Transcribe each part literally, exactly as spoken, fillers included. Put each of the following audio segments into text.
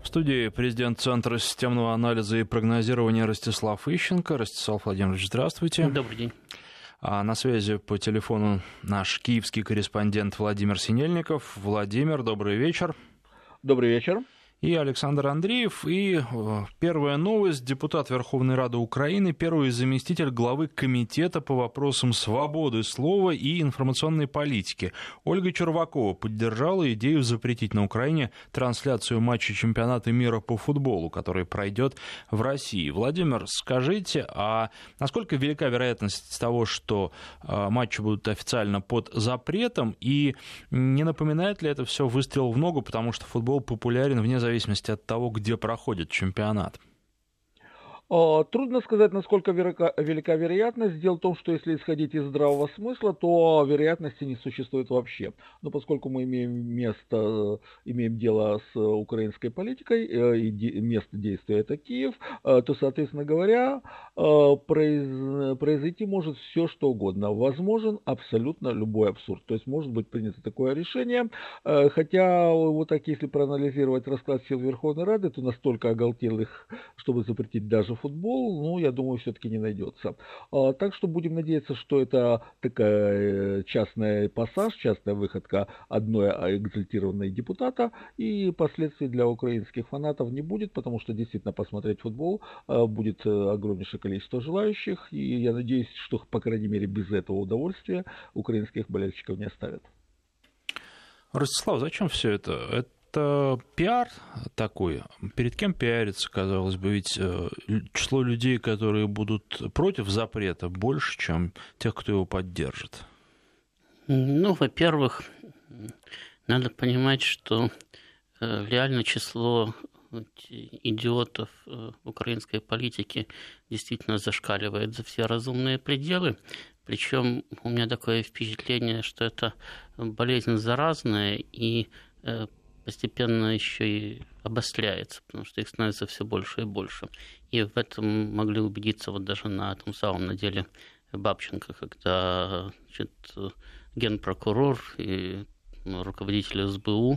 В студии президент Центра системного анализа и прогнозирования Ростислав Ищенко. Ростислав Владимирович, здравствуйте. Добрый день. А на связи по телефону наш киевский корреспондент Владимир Синельников. Владимир, добрый вечер. Добрый вечер. И Александр Андреев. И первая новость. Депутат Верховной Рады Украины, первый заместитель главы Комитета по вопросам свободы слова и информационной политики Ольга Червакова поддержала идею запретить на Украине трансляцию матча чемпионата мира по футболу, который пройдет в России. Владимир, скажите, а насколько велика вероятность того, что матчи будут официально под запретом, и не напоминает ли это все выстрел в ногу, потому что футбол популярен вне зависимости В зависимости от того, где проходит чемпионат? Трудно сказать, насколько велика, велика вероятность. Дело в том, что если исходить из здравого смысла, то вероятности не существует вообще. Но поскольку мы имеем место, имеем дело с украинской политикой, и место действия это Киев, то, соответственно говоря, произ, произойти может все, что угодно. Возможен абсолютно любой абсурд. То есть может быть принято такое решение. Хотя, вот так, если проанализировать расклад сил Верховной Рады, то настолько оголтелых, чтобы запретить даже футбол, ну, я думаю, все-таки не найдется. А, так что будем надеяться, что это такая частная пассаж, частная выходка одной экзальтированной депутата, и последствий для украинских фанатов не будет, потому что действительно посмотреть футбол а, будет огромнейшее количество желающих, и я надеюсь, что, по крайней мере, без этого удовольствия украинских болельщиков не оставят. Ростислав, зачем все это? Это Это пиар такой. Перед кем пиариться, казалось бы, ведь число людей, которые будут против запрета, больше, чем тех, кто его поддержит. Ну, во-первых, надо понимать, что реально число идиотов украинской политики действительно зашкаливает за все разумные пределы. Причем у меня такое впечатление, что это болезнь заразная и постепенно еще и обостряется, потому что их становится все больше и больше. И в этом могли убедиться вот даже на этом самом деле Бабченко, когда, значит, генпрокурор и руководитель СБУ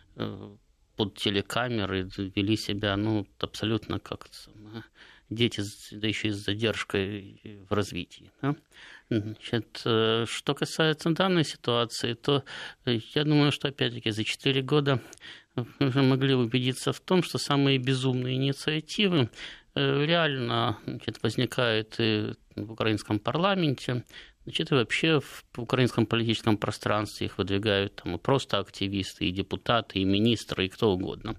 под телекамерой вели себя, ну, абсолютно как дети, да еще и с задержкой в развитии. Да? Значит, что касается данной ситуации, то я думаю, что опять-таки за четыре года мы уже могли убедиться в том, что самые безумные инициативы реально, значит, возникают и в украинском парламенте, значит, и вообще в украинском политическом пространстве их выдвигают там и просто активисты, и депутаты, и министры, и кто угодно.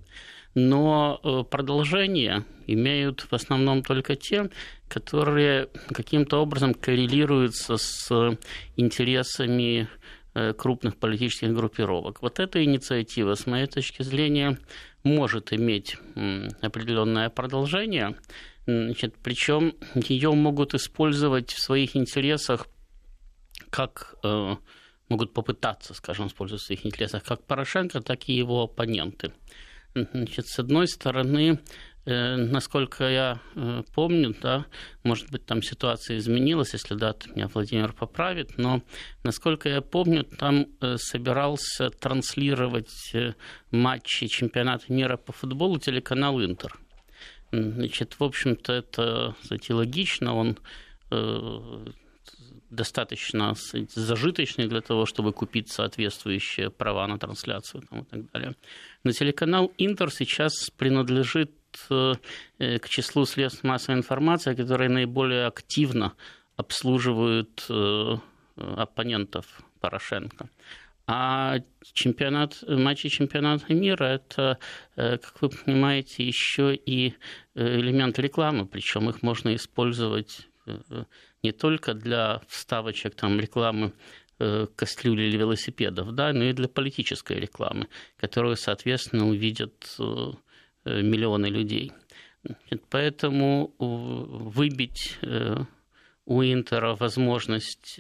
Но продолжение имеют в основном только те, которые каким-то образом коррелируются с интересами крупных политических группировок. Вот эта инициатива, с моей точки зрения, может иметь определенное продолжение, значит, причем ее могут использовать в своих интересах, как могут попытаться, скажем, использовать в своих интересах как Порошенко, так и его оппоненты. Значит, с одной стороны, э, насколько я э, помню, да, может быть, там ситуация изменилась, если да, то меня Владимир поправит, но, насколько я помню, там э, собирался транслировать э, матчи чемпионата мира по футболу телеканал «Интер». Значит, в общем-то, это, кстати, логично, он э, достаточно зажиточный для того, чтобы купить соответствующие права на трансляцию там, и так далее. Но телеканал «Интер» сейчас принадлежит э, к числу средств массовой информации, которые наиболее активно обслуживают э, оппонентов Порошенко. А чемпионат, матчи чемпионата мира – это, как вы понимаете, еще и элемент рекламы, причем их можно использовать не только для вставочек там, рекламы кастрюль или велосипедов, да, но и для политической рекламы, которую, соответственно, увидят миллионы людей. Поэтому выбить у «Интера» возможность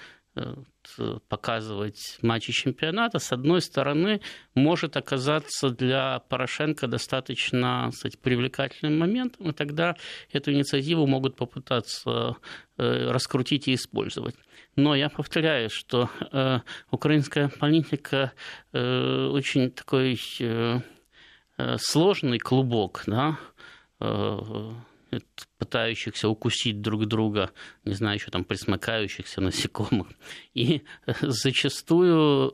показывать матчи чемпионата, с одной стороны, может оказаться для Порошенко достаточно, кстати, привлекательным моментом, и тогда эту инициативу могут попытаться раскрутить и использовать. Но я повторяю, что э, украинская политика э, очень такой э, сложный клубок, да, пытающихся укусить друг друга, не знаю, еще там присмыкающихся насекомых. И зачастую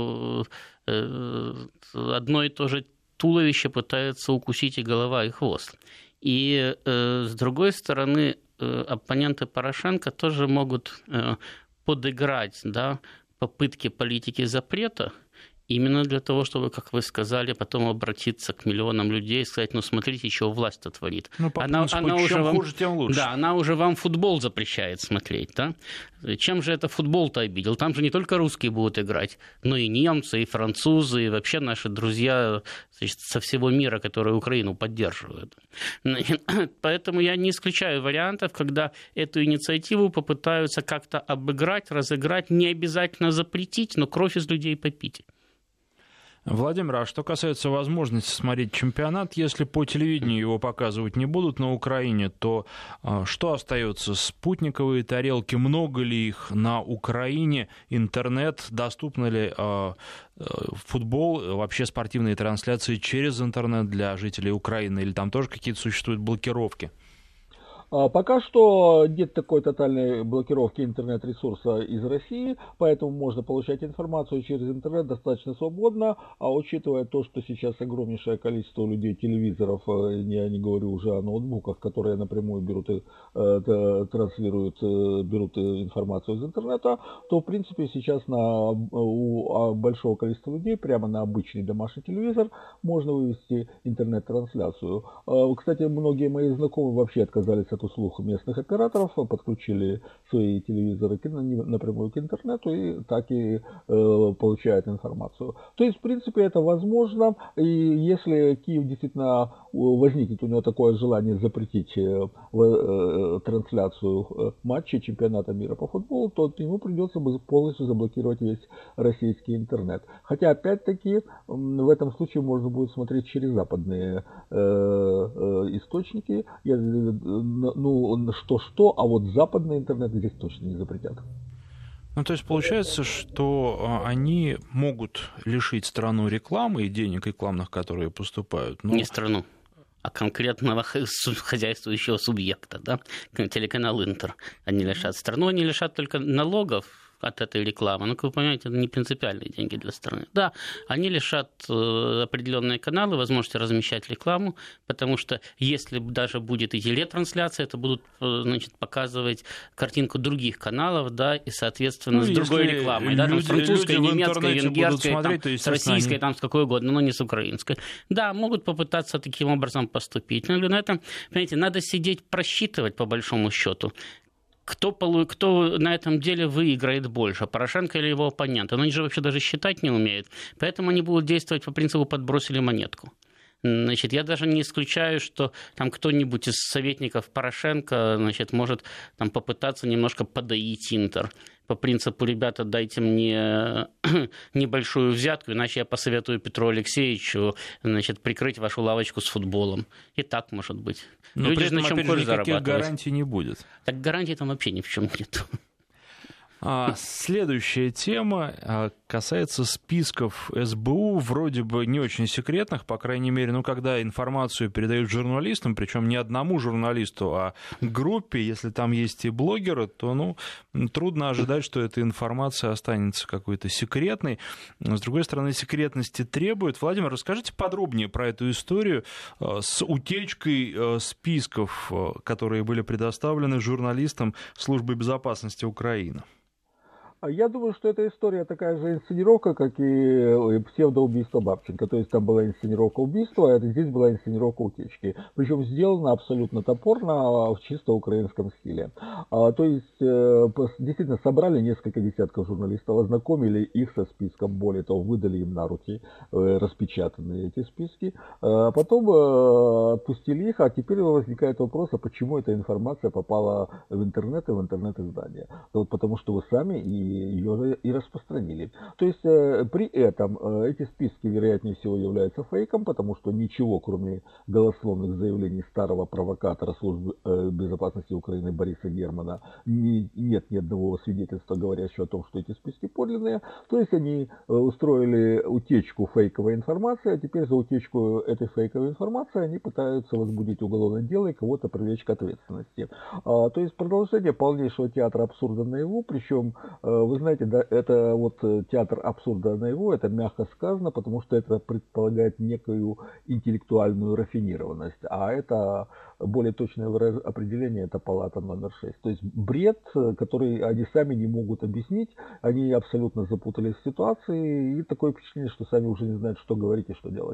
одно и то же туловище пытается укусить и голова, и хвост. И с другой стороны, оппоненты Порошенко тоже могут подыграть, да, попытки политики запрета, именно для того, чтобы, как вы сказали, потом обратиться к миллионам людей и сказать, ну, смотрите, что власть-то творит. Ну, по она, принципу, она чем уже вам, хуже, тем лучше. Да, она уже вам футбол запрещает смотреть, да? Чем же это футбол-то обидел? Там же не только русские будут играть, но и немцы, и французы, и вообще наши друзья, значит, со всего мира, которые Украину поддерживают. Поэтому я не исключаю вариантов, когда эту инициативу попытаются как-то обыграть, разыграть, не обязательно запретить, но кровь из людей попить. Владимир, а что касается возможности смотреть чемпионат, если по телевидению его показывать не будут на Украине, то а, что остается? Спутниковые тарелки, много ли их на Украине? Интернет, доступны ли а, футбол, вообще спортивные трансляции через интернет для жителей Украины? Или там тоже какие-то существуют блокировки? Пока что нет такой тотальной блокировки интернет-ресурса из России, поэтому можно получать информацию через интернет достаточно свободно, а учитывая то, что сейчас огромнейшее количество людей телевизоров, я не говорю уже о ноутбуках, которые напрямую берут и э, транслируют, э, берут информацию из интернета, то в принципе сейчас на, у большого количества людей прямо на обычный домашний телевизор можно вывести интернет-трансляцию. Кстати, многие мои знакомые вообще отказались от услуг местных операторов, подключили свои телевизоры напрямую к интернету и так и э, получают информацию. То есть, в принципе, это возможно, и если Киев действительно возникнет у него такое желание запретить э, э, трансляцию матчей чемпионата мира по футболу, то ему придется полностью заблокировать весь российский интернет. Хотя, опять-таки, в этом случае можно будет смотреть через западные э, э, источники. Я, ну, что-что, а вот западный интернет здесь точно не запретят. Ну, то есть получается, что они могут лишить страну рекламы и денег рекламных, которые поступают. Но... Не страну, а конкретного хозяйствующего субъекта, да, телеканал Интер. Они лишат страну, они лишат только налогов от этой рекламы. Ну, как вы понимаете, это не принципиальные деньги для страны. Да, они лишат определенные каналы возможности размещать рекламу, потому что если даже будет и телетрансляция, это будут, значит, показывать картинку других каналов, да, и, соответственно, ну, с другой рекламой, да, там, с французской, немецкой, венгерской, смотреть, там, с российской, они... там, с какой угодно, но не с украинской. Да, могут попытаться таким образом поступить. Но на этом, понимаете, надо сидеть, просчитывать по большому счету. Кто, кто на этом деле выиграет больше, Порошенко или его оппоненты? Но они же вообще даже считать не умеют. Поэтому они будут действовать по принципу «подбросили монетку». Значит, я даже не исключаю, что там кто-нибудь из советников Порошенко, значит, может там попытаться немножко подоить Интер. По принципу, ребята, дайте мне небольшую взятку, иначе я посоветую Петру Алексеевичу, значит, прикрыть вашу лавочку с футболом. И так может быть. Но люди при этом, на чем опять же, никаких зарабатывать. Гарантий не будет. Так гарантий там вообще ни в чем нет. А, следующая тема касается списков эс бэ у, вроде бы не очень секретных, по крайней мере, ну, когда информацию передают журналистам, причем не одному журналисту, а группе, если там есть и блогеры, то, ну, трудно ожидать, что эта информация останется какой-то секретной. С другой стороны, секретности требует. Владимир, расскажите подробнее про эту историю с утечкой списков, которые были предоставлены журналистам Службы безопасности Украины. Я думаю, что эта история такая же инсценировка, как и псевдоубийство Бабченко. То есть там была инсценировка убийства, а здесь была инсценировка утечки. Причем сделана абсолютно топорно, в чисто украинском стиле. А, то есть действительно собрали несколько десятков журналистов, ознакомили их со списком, более того, выдали им на руки распечатанные эти списки. А потом отпустили их, а теперь возникает вопрос, а почему эта информация попала в интернет и в интернет-издание. Вот потому что вы сами и ее и распространили. То есть при этом эти списки, вероятнее всего, являются фейком, потому что ничего, кроме голословных заявлений старого провокатора службы безопасности Украины Бориса Германа, не, нет ни одного свидетельства, говорящего о том, что эти списки подлинные. То есть они устроили утечку фейковой информации, а теперь за утечку этой фейковой информации они пытаются возбудить уголовное дело и кого-то привлечь к ответственности. А, то есть продолжение полнейшего театра абсурда наяву, причем, вы знаете, да, это вот театр абсурда наяву, это мягко сказано, потому что это предполагает некую интеллектуальную рафинированность, а это более точное определение, это палата номер шесть. То есть бред, который они сами не могут объяснить, они абсолютно запутались в ситуации, и такое впечатление, что сами уже не знают, что говорить и что делать.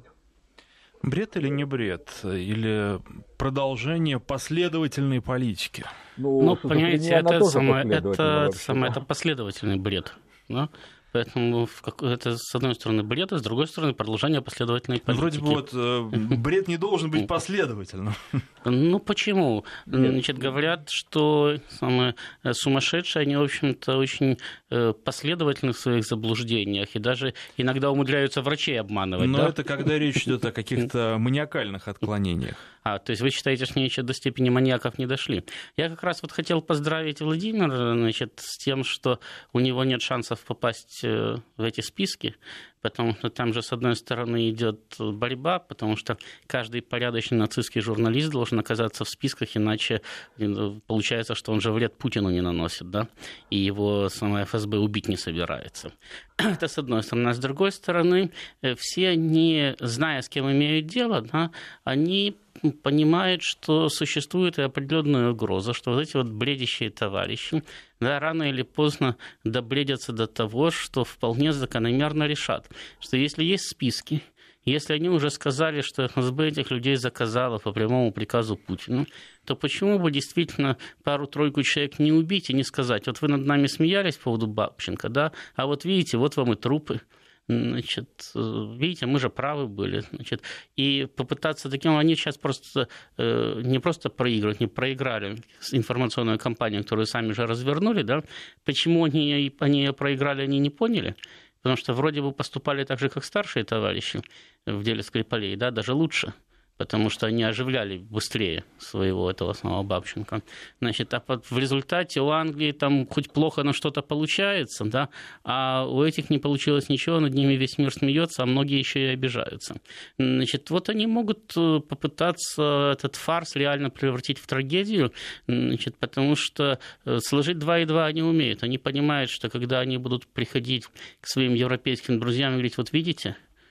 Бред или не бред? Или продолжение последовательной политики? Ну, ну понимаете, это, самое, это, самое, это последовательный бред. Да? Поэтому это, с одной стороны, бред, а с другой стороны, продолжение последовательной политики. Вроде бы вот э, бред не должен быть последовательным. Ну, почему? Значит, говорят, что самые сумасшедшие, они, в общем-то, очень последовательны в своих заблуждениях, и даже иногда умудряются врачей обманывать. Но да? это когда речь идет о каких-то маниакальных отклонениях. А, то есть вы считаете, что они еще до степени маньяков не дошли? Я как раз вот хотел поздравить Владимира, значит, с тем, что у него нет шансов попасть в эти списки, потому что там же, с одной стороны, идет борьба, потому что каждый порядочный нацистский журналист должен оказаться в списках, иначе получается, что он же вред Путину не наносит, да, и его самое эф эс бэ убить не собирается. Это с одной стороны. А с другой стороны, все, не зная, с кем имеют дело, да, они понимают, что существует и определенная угроза, что вот эти вот бредящие товарищи, да, рано или поздно добредятся до того, что вполне закономерно решат, что если есть списки, если они уже сказали, что эф эс бэ этих людей заказало по прямому приказу Путина, то почему бы действительно пару-тройку человек не убить и не сказать, вот вы над нами смеялись по поводу Бабченко, да, а вот видите, вот вам и трупы. Значит, видите, мы же правы были. Значит, и попытаться таким... Они сейчас просто не просто проигрывают, не проиграли информационную кампанию, которую сами же развернули. Да? Почему они, они ее проиграли, они не поняли. Потому что вроде бы поступали так же, как старшие товарищи в деле Скрипалей, да, даже лучше. Потому что они оживляли быстрее своего этого самого Бабченко. Значит, а в результате у Англии там хоть плохо, но что-то получается, да, а у этих не получилось ничего, над ними весь мир смеется, а многие еще и обижаются. Значит, вот они могут попытаться этот фарс реально превратить в трагедию, значит, потому что сложить два и два они умеют. Они понимают, что когда они будут приходить к своим европейским друзьям и говорить, вот видите,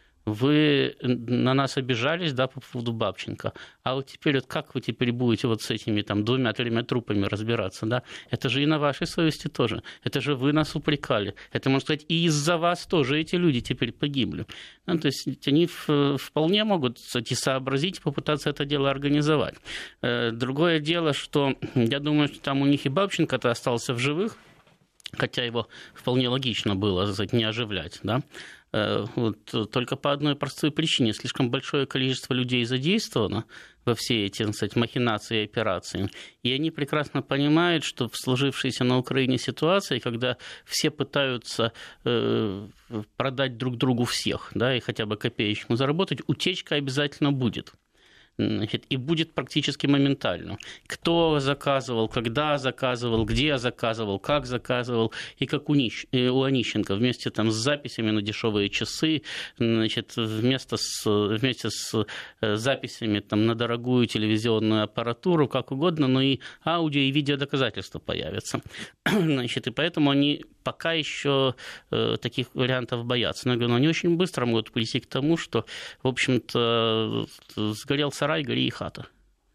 вы на нас обижались, да, по поводу Бабченко, а вот теперь вот как вы теперь будете вот с этими там двумя-тремя трупами разбираться, да? Это же и на вашей совести тоже. Это же вы нас упрекали. Это, можно сказать, и из-за вас тоже эти люди теперь погибли. Ну, то есть они вполне могут, кстати, сообразить, попытаться это дело организовать. Другое дело, что я думаю, что там у них и Бабченко-то остался в живых, хотя его вполне логично было, так сказать, не оживлять, да? Вот, только по одной простой причине. Слишком большое количество людей задействовано во все эти, так сказать, махинации и операции. И они прекрасно понимают, что в сложившейся на Украине ситуации, когда все пытаются э, продать друг другу всех, да, и хотя бы копеечку заработать, утечка обязательно будет. Значит, и будет практически моментально. Кто заказывал, когда заказывал, где заказывал, как заказывал, и как у, Нищ... у Онищенко, вместе там, с записями на дешевые часы, значит, вместо с... вместе с записями там, на дорогую телевизионную аппаратуру, как угодно, но и аудио и видео доказательства появятся. Значит, и поэтому они пока еще э, таких вариантов боятся. Но, но они очень быстро могут прийти к тому, что, в общем-то, сгорел сарай, гори и хата.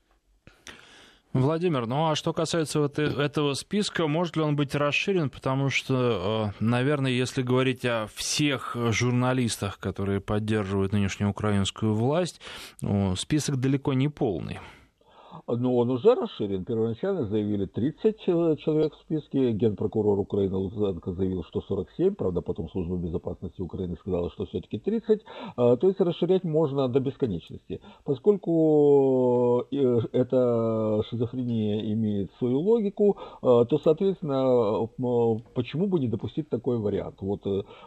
Владимир, ну а что касается вот этого списка, может ли он быть расширен? Потому что, наверное, если говорить о всех журналистах, которые поддерживают нынешнюю украинскую власть, список далеко не полный. Но он уже расширен. Первоначально заявили тридцать человек в списке. Генпрокурор Украины Луценко заявил, что сорок семь. Правда, потом Служба безопасности Украины сказала, что все-таки тридцать. То есть расширять можно до бесконечности. Поскольку эта шизофрения имеет свою логику, то, соответственно, почему бы не допустить такой вариант? Вот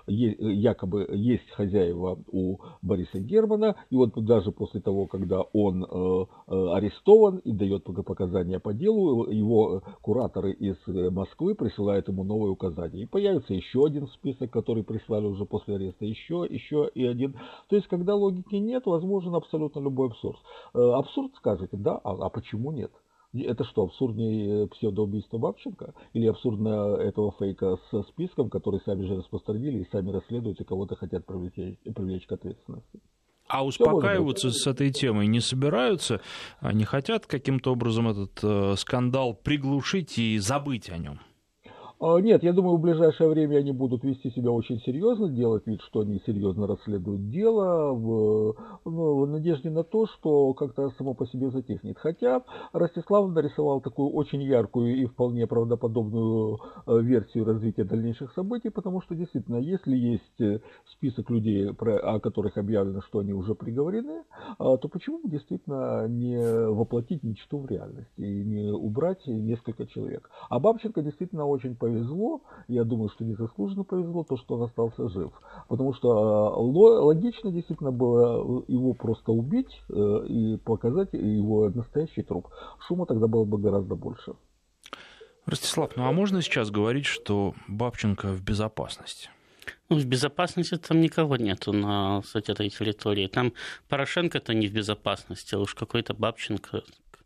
якобы есть хозяева у Бориса Германа, и вот даже после того, когда он арестован и дает показания по делу, его кураторы из Москвы присылают ему новые указания. И появится еще один список, который прислали уже после ареста, еще, еще и один. То есть, когда логики нет, возможен абсолютно любой абсурд. Абсурд, скажете, да, а, а почему нет? Это что, абсурднее псевдоубийства Бабченко? Или абсурдно этого фейка с списком, который сами же распространили и сами расследуют, и кого-то хотят привлечь, привлечь к ответственности? А успокаиваться с этой темой не собираются? Не хотят каким-то образом этот э, скандал приглушить и забыть о нем? Нет, я думаю, в ближайшее время они будут вести себя очень серьезно, делать вид, что они серьезно расследуют дело, в, в надежде на то, что как-то само по себе затихнет. Хотя Ростислав нарисовал такую очень яркую и вполне правдоподобную версию развития дальнейших событий, потому что действительно, если есть список людей, о которых объявлено, что они уже приговорены, то почему бы действительно не воплотить мечту в реальность и не убрать несколько человек? А Бабченко действительно очень повезло, я думаю, что незаслуженно повезло то, что он остался жив. Потому что логично действительно было его просто убить и показать его настоящий труп. Шума тогда было бы гораздо больше. Ростислав, ну а можно сейчас говорить, что Бабченко в безопасности? Ну, в безопасности там никого нету на, кстати, этой территории. Там Порошенко-то не в безопасности, а уж какой-то Бабченко...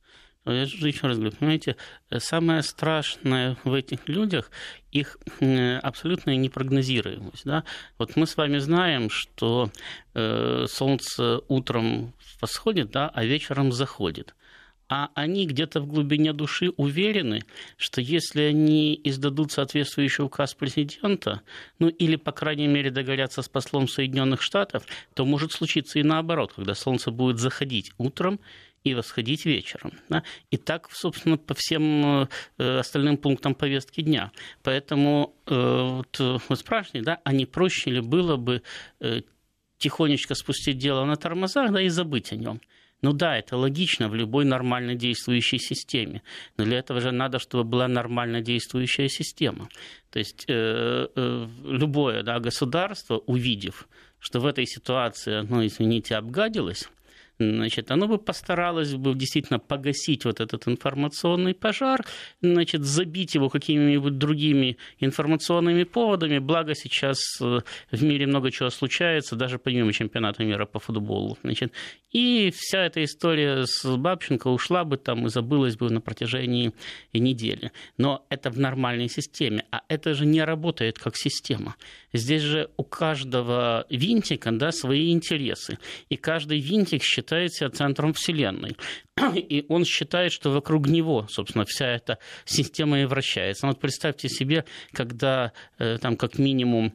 Я же еще раз говорю, понимаете, самое страшное в этих людях их абсолютная непрогнозируемость. Да? Вот мы с вами знаем, что э, солнце утром восходит, да, а вечером заходит. А они где-то в глубине души уверены, что если они издадут соответствующий указ президента, ну или, по крайней мере, договорятся с послом Соединенных Штатов, то может случиться и наоборот, когда солнце будет заходить утром и восходить вечером. Да? И так, собственно, по всем остальным пунктам повестки дня. Поэтому вот вы спрашиваете, да, а не проще ли было бы тихонечко спустить дело на тормозах, да, и забыть о нем? Ну да, это логично в любой нормально действующей системе. Но для этого же надо, чтобы была нормально действующая система. То есть э, э, любое, да, государство, увидев, что в этой ситуации, ну, извините, обгадилось, значит, оно бы постаралось бы действительно погасить вот этот информационный пожар, значит, забить его какими-нибудь другими информационными поводами. Благо сейчас в мире много чего случается, даже помимо чемпионата мира по футболу. Значит, и вся эта история с Бабченко ушла бы там и забылась бы на протяжении недели. Но это в нормальной системе. А это же не работает как система. Здесь же у каждого винтика, да, свои интересы. И каждый винтик считает считает себя центром Вселенной. И он считает, что вокруг него, собственно, вся эта система и вращается. Вот представьте себе, когда э, там как минимум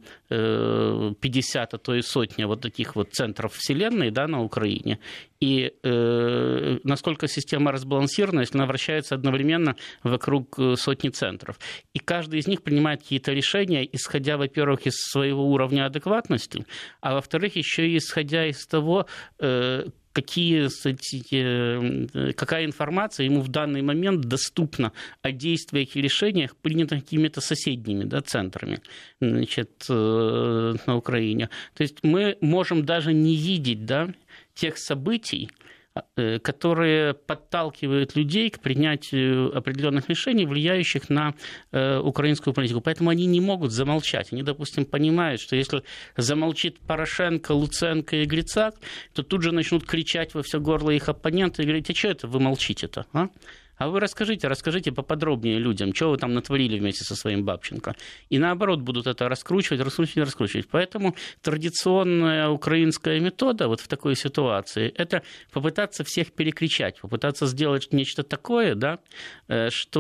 э, пятьдесят, а то и сотня вот таких вот центров Вселенной, да, на Украине, и э, насколько система разбалансирована, если она вращается одновременно вокруг сотни центров. И каждый из них принимает какие-то решения, исходя, во-первых, из своего уровня адекватности, а во-вторых, еще и исходя из того, э, какие, какая информация ему в данный момент доступна о действиях и решениях, принятых какими-то соседними, да, центрами, значит, на Украине. То есть мы можем даже не видеть, да, тех событий, которые подталкивают людей к принятию определенных решений, влияющих на э, украинскую политику. Поэтому они не могут замолчать. Они, допустим, понимают, что если замолчит Порошенко, Луценко и Грицак, то тут же начнут кричать во все горло их оппоненты и говорить: а что это вы молчите-то, а? А вы расскажите, расскажите поподробнее людям, что вы там натворили вместе со своим Бабченко. И наоборот будут это раскручивать, раскручивать, раскручивать. Поэтому традиционная украинская метода вот в такой ситуации – это попытаться всех перекричать, попытаться сделать нечто такое, да, что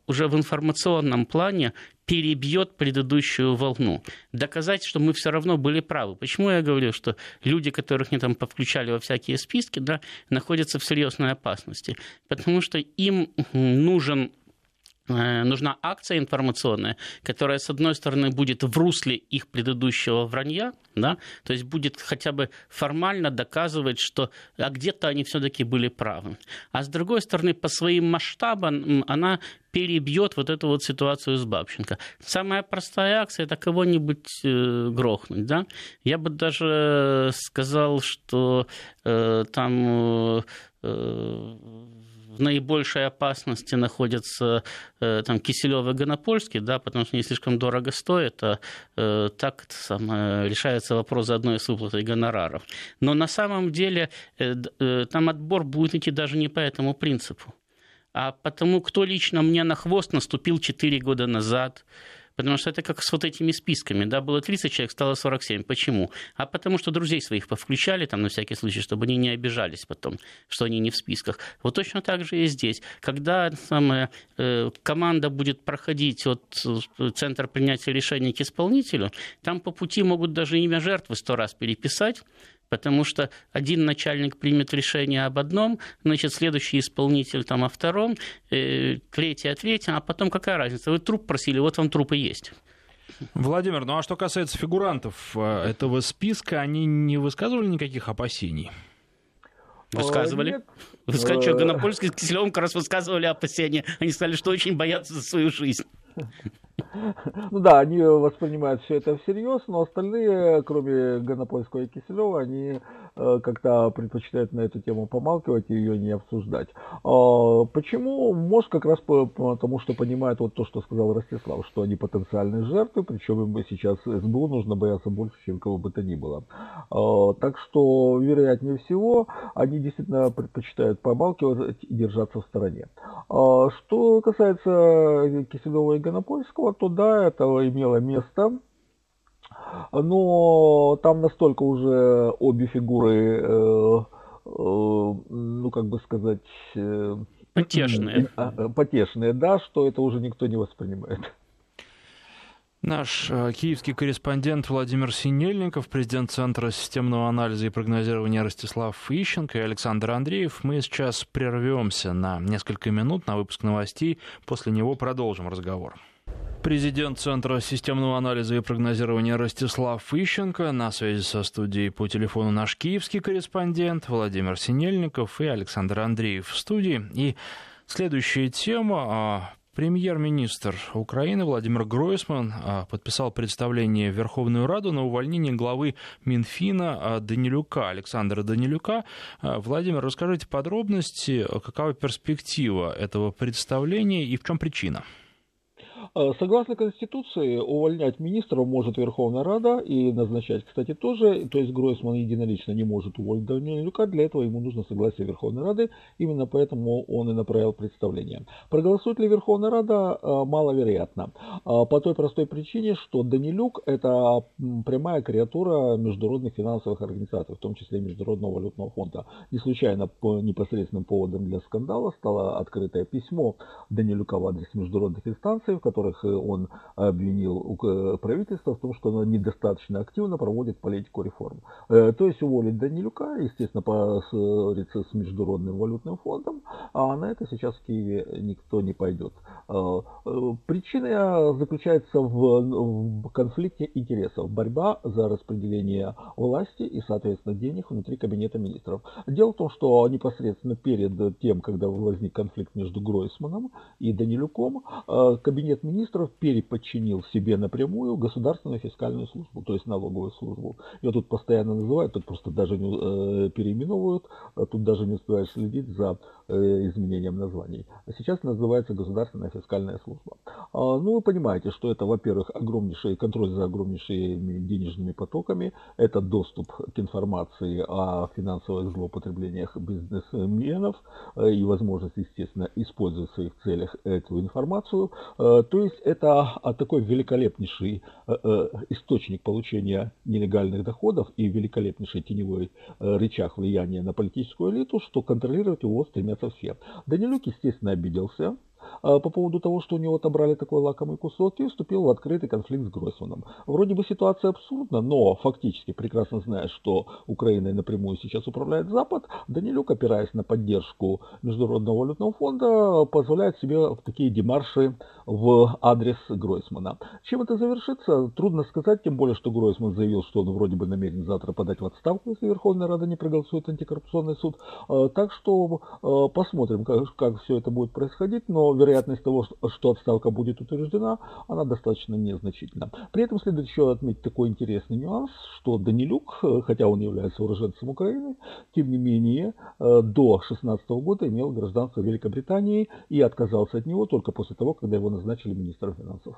уже в информационном плане перебьет предыдущую волну. Доказать, что мы все равно были правы. Почему я говорю, что люди, которых они там повключали во всякие списки, да, находятся в серьезной опасности? Потому что им нужен нужна акция информационная, которая, с одной стороны, будет в русле их предыдущего вранья, да, то есть будет хотя бы формально доказывать, что а где-то они все-таки были правы. А с другой стороны, по своим масштабам она перебьет вот эту вот ситуацию с Бабченко. Самая простая акция – это кого-нибудь э, грохнуть. Да? Я бы даже сказал, что э, там... Э, в наибольшей опасности находятся э, там, Киселёв и Гонопольский, да, потому что они слишком дорого стоят, а э, так самое, решается вопрос заодно и с выплатой гонораров. Но на самом деле э, э, там отбор будет идти даже не по этому принципу, а потому, кто лично мне на хвост наступил четыре года назад. Потому что это как с вот этими списками, да, было тридцать человек, стало сорок семь. Почему? А потому что друзей своих повключали там на всякий случай, чтобы они не обижались потом, что они не в списках. Вот точно так же и здесь. Когда самая, э, команда будет проходить от центра принятия решений к исполнителю, там по пути могут даже имя жертвы сто раз переписать, потому что один начальник примет решение об одном, значит, следующий исполнитель там о втором, э, третий о третьем, а потом какая разница? Вы труп просили, вот вам труп и есть. Владимир, ну а что касается фигурантов этого списка, они не высказывали никаких опасений? Высказывали. Нет. Высказывали, что Гонопольский с Киселёвым как раз высказывали опасения. Они сказали, что очень боятся за свою жизнь. Ну да, они воспринимают все это всерьез, но остальные, кроме Гонопольского и Киселева, они э, как-то предпочитают на эту тему помалкивать и ее не обсуждать. А, почему? Может, как раз по, потому, что понимают вот то, что сказал Ростислав, что они потенциальные жертвы, причем им сейчас эс бэ у нужно бояться больше, чем кого бы то ни было. А, так что, вероятнее всего, они действительно предпочитают помалкивать и держаться в стороне. А, что касается Киселева и Гонопольского, то да, это имело место, но там настолько уже обе фигуры, э, э, ну как бы сказать, э, потешные. Э, потешные, да, что это уже никто не воспринимает. Наш э, киевский корреспондент Владимир Синельников, президент Центра системного анализа и прогнозирования Ростислав Ищенко и Александр Андреев. Мы сейчас прервемся на несколько минут на выпуск новостей, после него продолжим разговор. Президент Центра системного анализа и прогнозирования Ростислав Ищенко. На связи со студией по телефону наш киевский корреспондент Владимир Синельников и Александр Андреев в студии. И следующая тема. Премьер-министр Украины Владимир Гройсман подписал представление в Верховную Раду на увольнение главы Минфина Данилюка, Александра Данилюка. Владимир, расскажите подробности, какова перспектива этого представления и в чем причина? Согласно Конституции, увольнять министров может Верховная Рада и назначать, кстати, тоже. То есть Гройсман единолично не может уволить Данилюка, для этого ему нужно согласие Верховной Рады, именно поэтому он и направил представление. Проголосует ли Верховная Рада, маловероятно. По той простой причине, что Данилюк – это прямая креатура международных финансовых организаций, в том числе Международного валютного фонда. Не случайно по непосредственным поводом для скандала стало открытое письмо Данилюка в адрес международных инстанций, в которых он обвинил правительство в том, что оно недостаточно активно проводит политику реформ. То есть уволить Данилюка, естественно, поссориться с Международным валютным фондом, а на это сейчас в Киеве никто не пойдет. Причина заключается в конфликте интересов, борьба за распределение власти и, соответственно, денег внутри кабинета министров. Дело в том, что непосредственно перед тем, когда возник конфликт между Гройсманом и Данилюком, кабинет министров переподчинил себе напрямую государственную фискальную службу, то есть налоговую службу. Ее тут постоянно называют, тут просто даже не э, переименовывают, тут даже не успеваешь следить за э, изменением названий. А сейчас называется государственная фискальная служба. А, ну, вы понимаете, что это, во-первых, огромнейший контроль за огромнейшими денежными потоками, это доступ к информации о финансовых злоупотреблениях бизнесменов э, и возможность, естественно, использовать в своих целях эту информацию. То есть это такой великолепнейший источник получения нелегальных доходов и великолепнейший теневой рычаг влияния на политическую элиту, что контролировать его стремятся все. Данилюк, естественно, обиделся. по поводу того, что у него отобрали такой лакомый кусок, и вступил в открытый конфликт с Гройсманом. Вроде бы ситуация абсурдна, но фактически, прекрасно зная, что Украиной напрямую сейчас управляет Запад, Данилюк, опираясь на поддержку Международного валютного фонда, позволяет себе такие демарши в адрес Гройсмана. Чем это завершится, трудно сказать, тем более, что Гройсман заявил, что он вроде бы намерен завтра подать в отставку, если Верховная Рада не проголосует антикоррупционный суд. Так что посмотрим, как, как все это будет происходить, но вероятность того, что отставка будет утверждена, она достаточно незначительна. При этом следует еще отметить такой интересный нюанс, что Данилюк, хотя он является уроженцем Украины, тем не менее до две тысячи шестнадцатого года имел гражданство Великобритании и отказался от него только после того, когда его назначили министром финансов.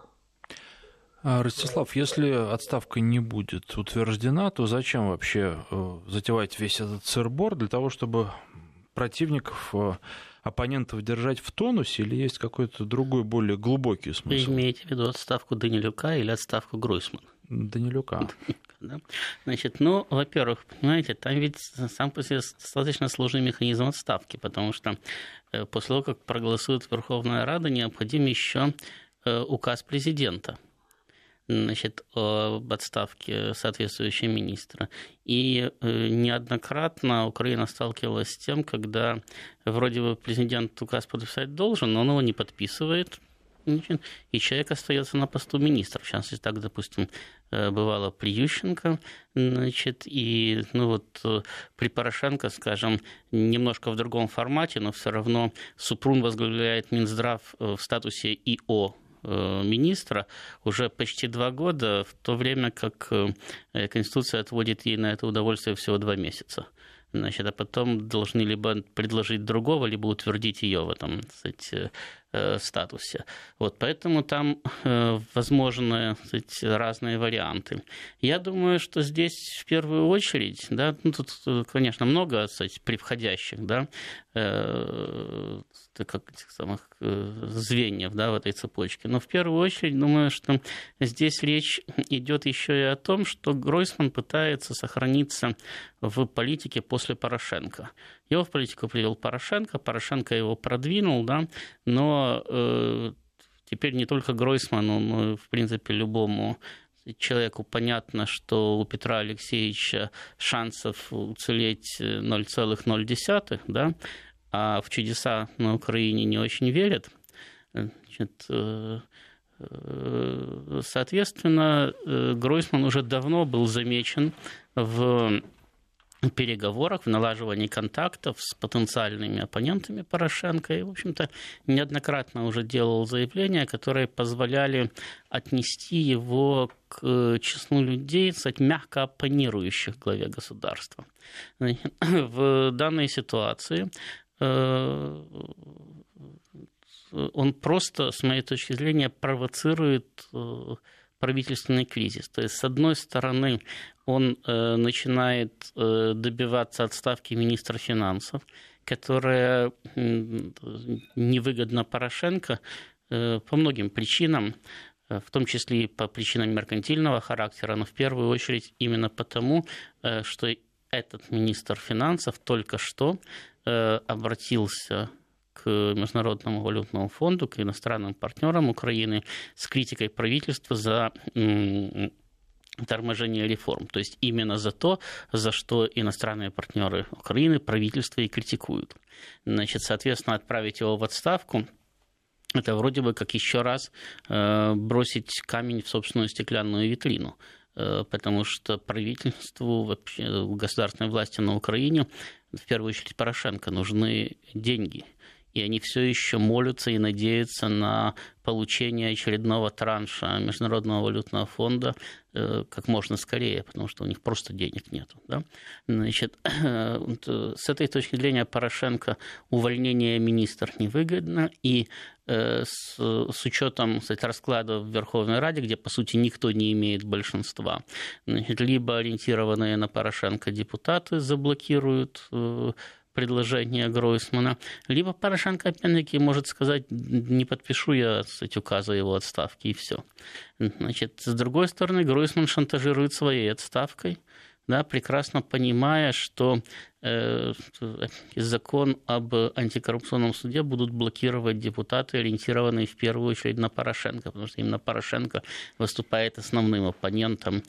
Ростислав, если отставка не будет утверждена, то зачем вообще затевать весь этот сыр-бор для того, чтобы противников, оппонентов держать в тонусе, или есть какой-то другой, более глубокий смысл? Вы имеете в виду отставку Данилюка или отставку Гройсмана? Данилюка. Значит, ну, во-первых, понимаете, там ведь сам по себе достаточно сложный механизм отставки, потому что после того, как проголосует Верховная Рада, необходим еще указ президента, значит, об отставке соответствующего министра. И неоднократно Украина сталкивалась с тем, когда вроде бы президент указ подписать должен, но он его не подписывает, и человек остается на посту министра. В частности, так, допустим, бывало при Ющенко, значит, и ну вот при Порошенко, скажем, немножко в другом формате, но все равно Супрун возглавляет Минздрав в статусе ИО министра уже почти два года, в то время как Конституция отводит ей на это удовольствие всего два месяца. Значит, а потом должны либо предложить другого, либо утвердить ее в этом, так сказать, статусе. Вот, поэтому там э, возможны, так сказать, разные варианты. Я думаю, что здесь в первую очередь, да, ну, тут, конечно, много, так сказать, превходящих, да, э, как этих самых э, звеньев, да, в этой цепочке. Но в первую очередь, думаю, что здесь речь идет еще и о том, что Гройсман пытается сохраниться в политике после Порошенко. Его в политику привел Порошенко, Порошенко его продвинул, да, но э, теперь не только Гройсману, но, в принципе, любому человеку понятно, что у Петра Алексеевича шансов уцелеть ноль целых ноль десятых, да, а в чудеса на Украине не очень верят. Значит, э, э, соответственно, Гройсман уже давно был замечен в переговорах, в налаживании контактов с потенциальными оппонентами Порошенко и, в общем-то, неоднократно уже делал заявления, которые позволяли отнести его к числу людей, кстати, мягко оппонирующих главе государства. В данной ситуации он просто, с моей точки зрения, провоцирует правительственный кризис. То есть, с одной стороны, он э, начинает э, добиваться отставки министра финансов, которая э, невыгодна Порошенко э, по многим причинам, э, в том числе и по причинам меркантильного характера, но в первую очередь именно потому, э, что этот министр финансов только что э, обратился к Международному валютному фонду, к иностранным партнерам Украины с критикой правительства за торможение реформ. То есть именно за то, за что иностранные партнеры Украины, правительство и критикуют. Значит, соответственно, отправить его в отставку — это вроде бы как еще раз бросить камень в собственную стеклянную витрину. Потому что правительству, вообще, государственной власти на Украине, в первую очередь Порошенко, нужны деньги. И они все еще молятся и надеются на получение очередного транша Международного валютного фонда как можно скорее, потому что у них просто денег нет. Да? Значит, с этой точки зрения Порошенко увольнение министра невыгодно, и с, с учетом, кстати, расклада в Верховной Раде, где, по сути, никто не имеет большинства, значит, либо ориентированные на Порошенко депутаты заблокируют предложение Гройсмана, либо Порошенко, опять-таки, может сказать: не подпишу я, кстати, указа его отставки, и все. Значит, с другой стороны, Гройсман шантажирует своей отставкой, да, прекрасно понимая, что э, закон об антикоррупционном суде будут блокировать депутаты, ориентированные в первую очередь на Порошенко, потому что именно Порошенко выступает основным оппонентом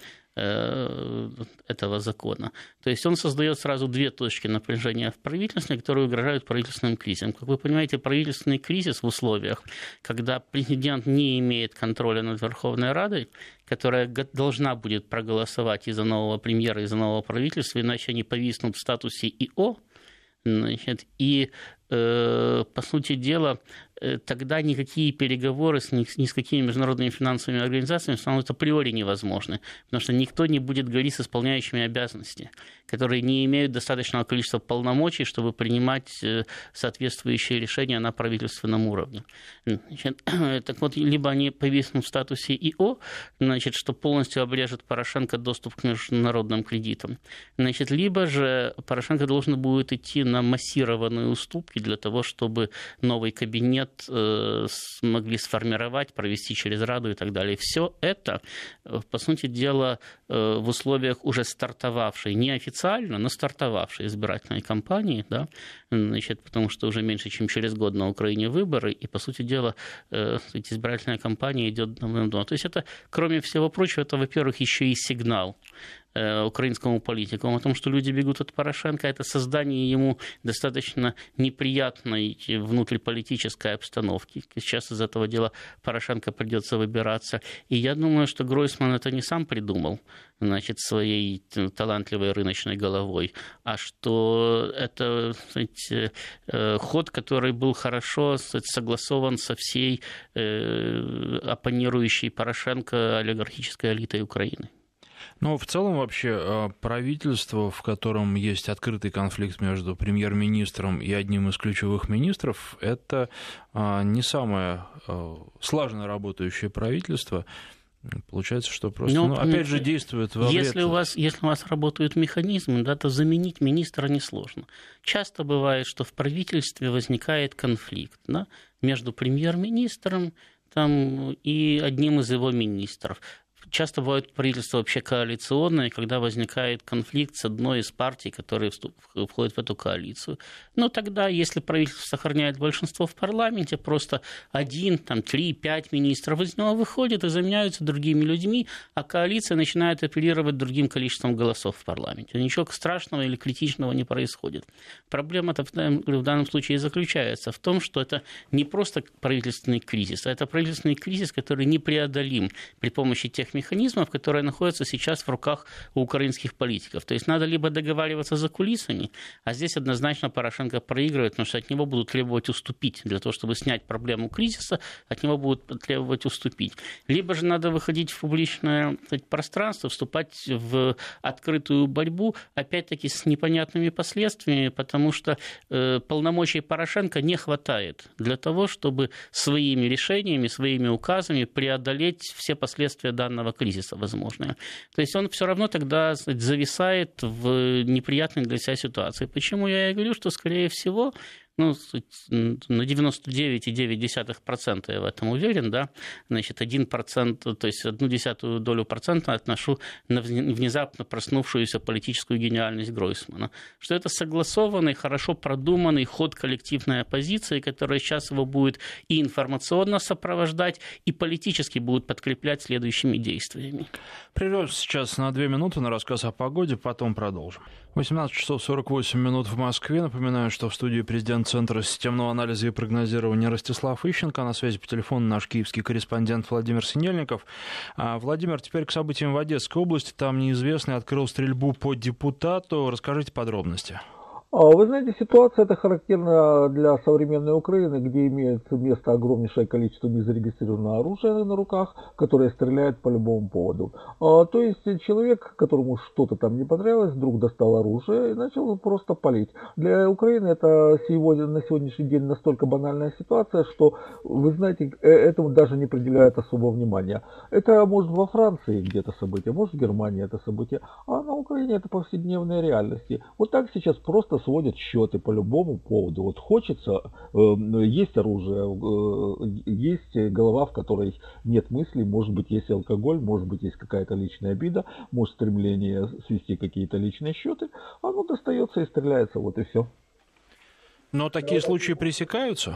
этого закона. То есть он создает сразу две точки напряжения в правительстве, которые угрожают правительственным кризисом. Как вы понимаете, правительственный кризис в условиях, когда президент не имеет контроля над Верховной Радой, которая должна будет проголосовать из-за нового премьера, из-за нового правительства, иначе они повиснут в статусе ИО, значит, и, э, по сути дела, тогда никакие переговоры с ни, ни с какими международными финансовыми организациями станут априори невозможны, потому что никто не будет говорить с исполняющими обязанности, которые не имеют достаточного количества полномочий, чтобы принимать соответствующие решения на правительственном уровне. Значит, так вот, либо они повиснут в статусе ИО, значит, что полностью обрежет Порошенко доступ к международным кредитам, значит, либо же Порошенко должен будет идти на массированные уступки для того, чтобы новый кабинет смогли сформировать, провести через Раду и так далее. Все это, по сути дела, в условиях уже стартовавшей, неофициально, но стартовавшей избирательной кампании, да, значит, потому что уже меньше, чем через год на Украине выборы, и, по сути дела, избирательная кампания идет давным-давно. То есть это, кроме всего прочего, это, во-первых, еще и сигнал украинскому политику о том, что люди бегут от Порошенко, это создание ему достаточно неприятной внутриполитической обстановки. Сейчас из этого дела Порошенко придется выбираться. И я думаю, что Гройсман это не сам придумал, значит, своей талантливой рыночной головой, а что это, сказать, ход, который был хорошо, сказать, согласован со всей оппонирующей Порошенко олигархической элитой Украины. Ну, в целом вообще правительство, в котором есть открытый конфликт между премьер-министром и одним из ключевых министров, это не самое слаженно работающее правительство. Получается, что просто, ну, ну, опять же, действует во вред. Если у вас, если у вас работают механизмы, да, то заменить министра несложно. Часто бывает, что в правительстве возникает конфликт, да, между премьер-министром там, и одним из его министров. Часто бывают правительства вообще коалиционные, когда возникает конфликт с одной из партий, которые входят в эту коалицию. Но тогда, если правительство сохраняет большинство в парламенте, просто один, там, три, пять министров из него выходят и заменяются другими людьми, а коалиция начинает апеллировать другим количеством голосов в парламенте. Ничего страшного или критичного не происходит. Проблема-то в данном случае заключается в том, что это не просто правительственный кризис, а это правительственный кризис, который непреодолим при помощи тех механизмов, механизмов, которые находятся сейчас в руках у украинских политиков. То есть надо либо договариваться за кулисами, а здесь однозначно Порошенко проигрывает, потому что от него будут требовать уступить. Для того, чтобы снять проблему кризиса, от него будут требовать уступить. Либо же надо выходить в публичное, сказать, пространство, вступать в открытую борьбу, опять-таки с непонятными последствиями, потому что э, полномочий Порошенко не хватает для того, чтобы своими решениями, своими указами преодолеть все последствия данного кризиса возможные. То есть он все равно тогда, сказать, зависает в неприятной для себя ситуации. Почему я и говорю, что, скорее всего, ну, на девяносто девять целых девять десятых процента я в этом уверен, да, значит, один процент, то есть одну десятую долю процента отношу на внезапно проснувшуюся политическую гениальность Гройсмана, что это согласованный, хорошо продуманный ход коллективной оппозиции, которая сейчас его будет и информационно сопровождать, и политически будет подкреплять следующими действиями. Прервемся сейчас на две минуты на рассказ о погоде, потом продолжим. восемнадцать часов сорок восемь минут в Москве. Напоминаю, что в студии президент Центра системного анализа и прогнозирования Ростислав Ищенко. На связи по телефону наш киевский корреспондент Владимир Синельников. Владимир, теперь к событиям в Одесской области. Там неизвестный открыл стрельбу по депутату. Расскажите подробности. Вы знаете, ситуация эта характерна для современной Украины, где имеет место огромнейшее количество незарегистрированного оружия на руках, которое стреляет по любому поводу. То есть человек, которому что-то там не понравилось, вдруг достал оружие и начал просто палить. Для Украины это сегодня, на сегодняшний день настолько банальная ситуация, что, вы знаете, этому даже не приділяют особого внимания. Это может во Франции где-то событие, может в Германии это событие, а на Украине это повседневные реальности. Вот так сейчас просто сводят счеты по любому поводу. Вот хочется, есть оружие, есть голова, в которой нет мыслей, может быть, есть алкоголь, может быть, есть какая-то личная обида, может, стремление свести какие-то личные счеты, оно достается и стреляется, вот и все. Но такие случаи пресекаются?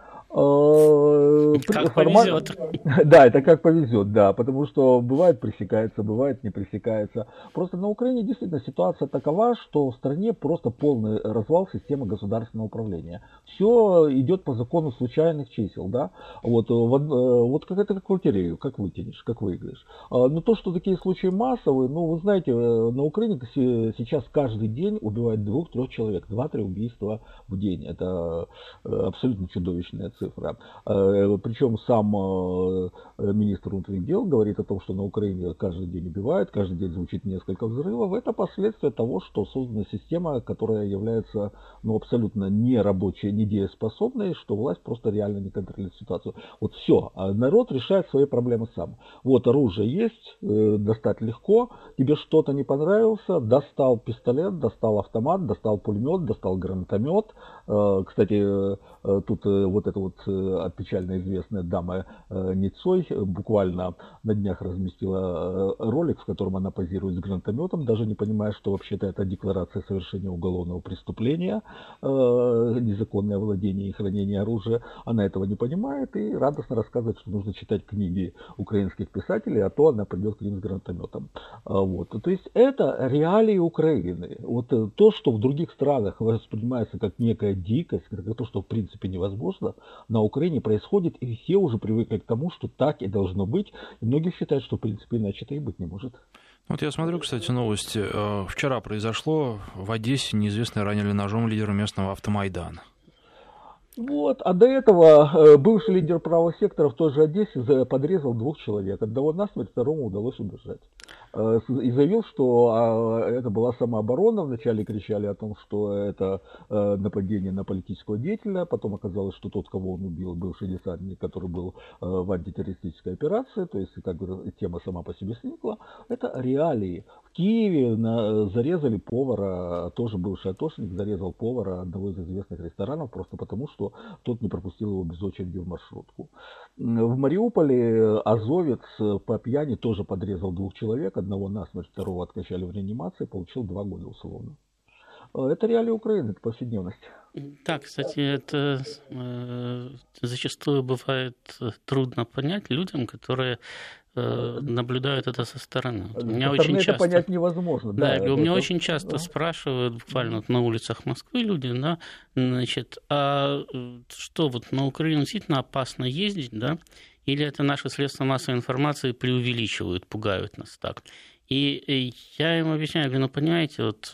Как повезет. Да, это как повезет, да, потому что бывает пресекается, бывает не пресекается. Просто на Украине действительно ситуация такова, что в стране просто полный развал системы государственного управления. Все идет по закону случайных чисел, да. Вот, вот как это как в лотерею, как вытянешь, как выиграешь. Но то, что такие случаи массовые, ну, вы знаете, на Украине сейчас каждый день убивают двух-трех человек, два-три убийства в день. Это абсолютно чудовищная цифра. Цифра. Причем сам министр внутренних дел говорит о том, что на Украине каждый день убивают, каждый день звучит несколько взрывов. Это последствия того, что создана система, которая является ну, абсолютно нерабочей, недееспособной, что власть просто реально не контролирует ситуацию. Вот все, народ решает свои проблемы сам. Вот оружие есть, достать легко, тебе что-то не понравилось, достал пистолет, достал автомат, достал пулемет, достал гранатомет. Кстати, тут вот эта вот печально известная дама Ницой буквально на днях разместила ролик, в котором она позирует с гранатометом, даже не понимая, что вообще-то это декларация совершения уголовного преступления, незаконное владение и хранение оружия. Она этого не понимает и радостно рассказывает, что нужно читать книги украинских писателей, а то она придет к ним с гранатометом. Вот. То есть это реалии Украины. Вот то, что в других странах воспринимается как некая дикость, как то, что в принципе невозможно, на Украине происходит, и все уже привыкли к тому, что так и должно быть. И многие считают, что в принципе иначе это и быть не может. Вот я смотрю, кстати, новости. Вчера произошло в Одессе, неизвестные ранили ножом лидера местного автомайдана. Вот, а до этого бывший лидер правого сектора в той же Одессе подрезал двух человек. Одного насмерть, второму удалось убежать. И заявил, что это была самооборона. Вначале кричали о том, что это нападение на политического деятеля. Потом оказалось, что тот, кого он убил, бывший десантник, который был в антитеррористической операции. То есть, как бы, тема сама по себе сникла. Это реалии. В Киеве зарезали повара, тоже бывший атошник, зарезал повара одного из известных ресторанов, просто потому, что тот не пропустил его без очереди в маршрутку. В Мариуполе азовец по пьяни тоже подрезал двух человек, одного насмерть, второго откачали в реанимации, получил два года условно. Это реалии Украины, это повседневность. Да, кстати, это э, зачастую бывает трудно понять людям, которые э, наблюдают это со стороны. У меня очень часто, это понять невозможно. Да, да, у меня это, очень часто да. спрашивают, буквально на улицах Москвы люди, да, значит, а что вот на Украину действительно опасно ездить, да, или это наши средства массовой информации преувеличивают, пугают нас так. И я им объясняю, говорю, ну, понимаете, вот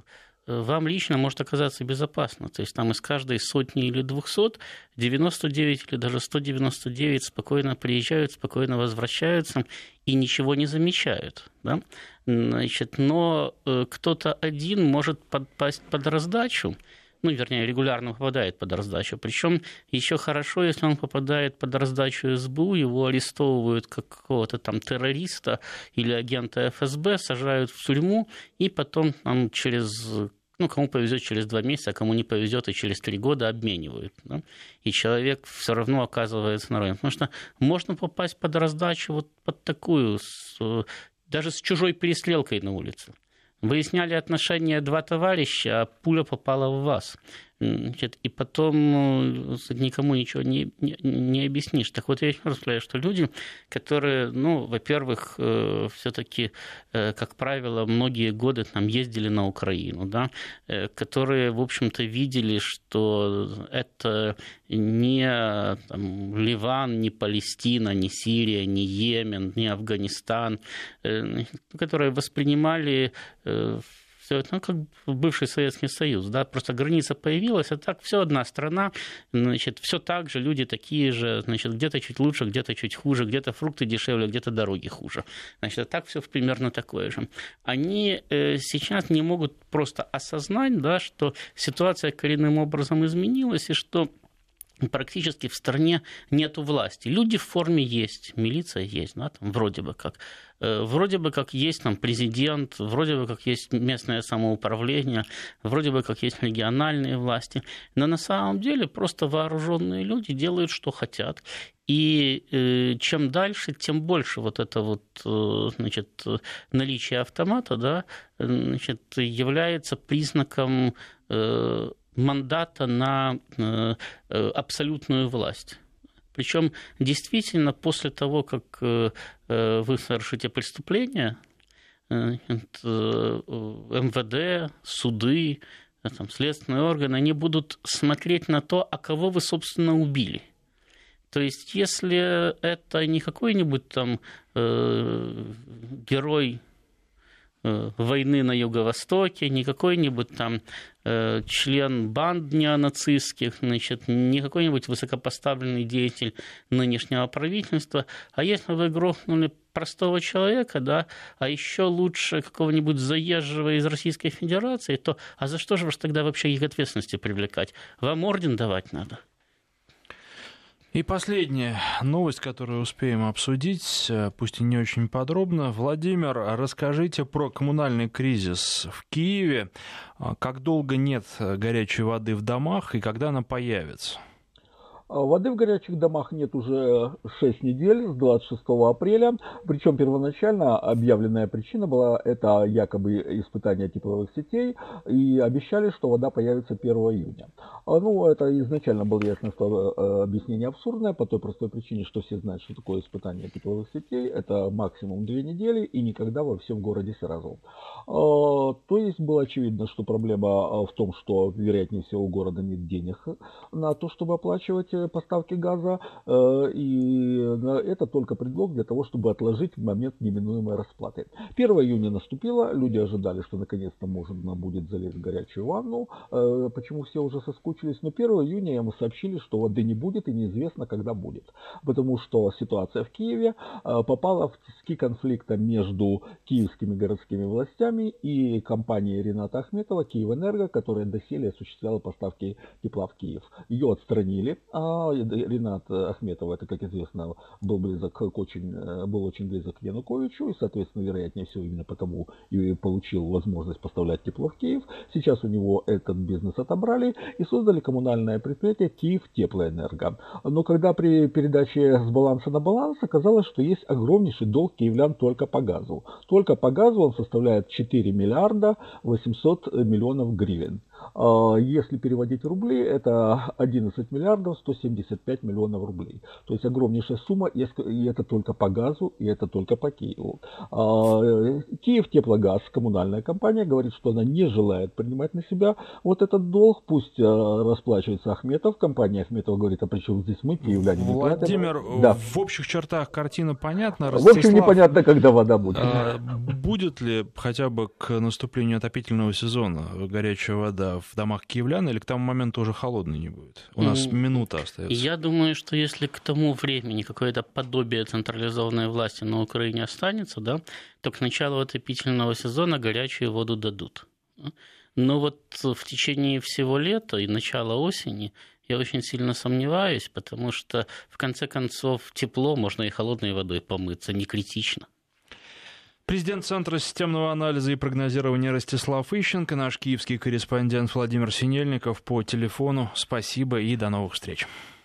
вам лично может оказаться безопасно. То есть там из каждой сотни или двухсот девяносто девять или даже сто девяносто девять спокойно приезжают, спокойно возвращаются и ничего не замечают. Да? Значит, но кто-то один может подпасть под раздачу, ну, вернее, регулярно попадает под раздачу. Причем еще хорошо, если он попадает под раздачу эс бэ у, его арестовывают как какого-то там террориста или агента эф эс бэ, сажают в тюрьму, и потом там через, ну, кому повезет через два месяца, а кому не повезет и через три года обменивают. Да? И человек все равно оказывается на районе. Потому что можно попасть под раздачу вот под такую, с, даже с чужой перестрелкой на улице. Выясняли отношения два товарища, а пуля попала в вас. Значит, и потом никому ничего не, не, не объяснишь. Так вот, я еще раз говорю, что люди, которые, ну, во-первых, э, все-таки, э, как правило, многие годы там ездили на Украину, да, э, которые, в общем-то, видели, что это не там, Ливан, не Палестина, не Сирия, не Йемен, не Афганистан, э, которые воспринимали э, все это, ну, как бывший Советский Союз, да, просто граница появилась, а так все одна страна, значит, все так же, люди такие же, значит, где-то чуть лучше, где-то чуть хуже, где-то фрукты дешевле, где-то дороги хуже, значит, а так все примерно такое же. Они э, сейчас не могут просто осознать, да, что ситуация коренным образом изменилась и что практически в стране нету власти. Люди в форме есть, милиция есть, да, там вроде бы как. Вроде бы как есть там президент, вроде бы как есть местное самоуправление, вроде бы как есть региональные власти. Но на самом деле просто вооруженные люди делают, что хотят. И э, чем дальше, тем больше вот это вот, э, значит, наличие автомата, да, значит, является признаком э, мандата на э, абсолютную власть. Причем действительно после того, как э, вы совершите преступление, э, эм вэ дэ, суды, там, следственные органы, они будут смотреть на то, а кого вы, собственно, убили. То есть, если это не какой-нибудь там э, герой э, войны на Юго-Востоке, не какой-нибудь там э, член банд неонацистских, значит, не какой-нибудь высокопоставленный деятель нынешнего правительства, а если вы грохнули простого человека, да, а еще лучше какого-нибудь заезжего из Российской Федерации, то а за что же вас тогда вообще их ответственности привлекать? Вам орден давать надо. И последняя новость, которую успеем обсудить, пусть и не очень подробно. Владимир, расскажите про коммунальный кризис в Киеве. Как долго нет горячей воды в домах и когда она появится? Воды в горячих домах нет уже шесть недель, с двадцать шестого апреля. Причем первоначально объявленная причина была это якобы испытание тепловых сетей. И обещали, что вода появится первого июня. Ну, это изначально было ясно, что объяснение абсурдное, по той простой причине, что все знают, что такое испытание тепловых сетей. Это максимум две недели и никогда во всем городе сразу. То есть было очевидно, что проблема в том, что, вероятнее всего, у города нет денег на то, чтобы оплачивать поставки газа, и это только предлог для того, чтобы отложить момент неминуемой расплаты. первого июня наступило, люди ожидали, что наконец-то можно будет залезть в горячую ванну, почему все уже соскучились, но первого июня ему сообщили, что воды не будет и неизвестно, когда будет, потому что ситуация в Киеве попала в тиски конфликта между киевскими городскими властями и компанией Рината Ахметова «Киевэнерго», которая доселе осуществляла поставки тепла в Киев. Ее отстранили, а Ринат Ахметов, это, как известно, был близок к очень, был очень близок к Януковичу, и, соответственно, вероятнее всего, именно потому и получил возможность поставлять тепло в Киев. Сейчас у него этот бизнес отобрали и создали коммунальное предприятие «Киевтеплоэнерго». Но когда при передаче с баланса на баланс оказалось, что есть огромнейший долг киевлян только по газу. Только по газу он составляет четыре миллиарда восемьсот миллионов гривен. Если переводить в рубли, это одиннадцать миллиардов сто семьдесят пять миллионов рублей. То есть огромнейшая сумма, и это только по газу, и это только по Киеву. Киевтеплогаз, коммунальная компания, говорит, что она не желает принимать на себя вот этот долг. Пусть расплачивается Ахметов. Компания Ахметова говорит, а при чем здесь мы, киевляне, не платим. Владимир, да. В общих чертах картина понятна. В общем, непонятно, когда вода будет. А, будет ли хотя бы к наступлению отопительного сезона горячая вода в домах киевлян, или к тому моменту уже холодной не будет? У нас mm. минута остается. Я думаю, что если к тому времени какое-то подобие централизованной власти на Украине останется, да, то к началу отопительного сезона горячую воду дадут. Но вот в течение всего лета и начала осени я очень сильно сомневаюсь, потому что, в конце концов, тепло, можно и холодной водой помыться, не критично. Президент Центра системного анализа и прогнозирования Ростислав Ищенко, наш киевский корреспондент Владимир Синельников по телефону. Спасибо и до новых встреч.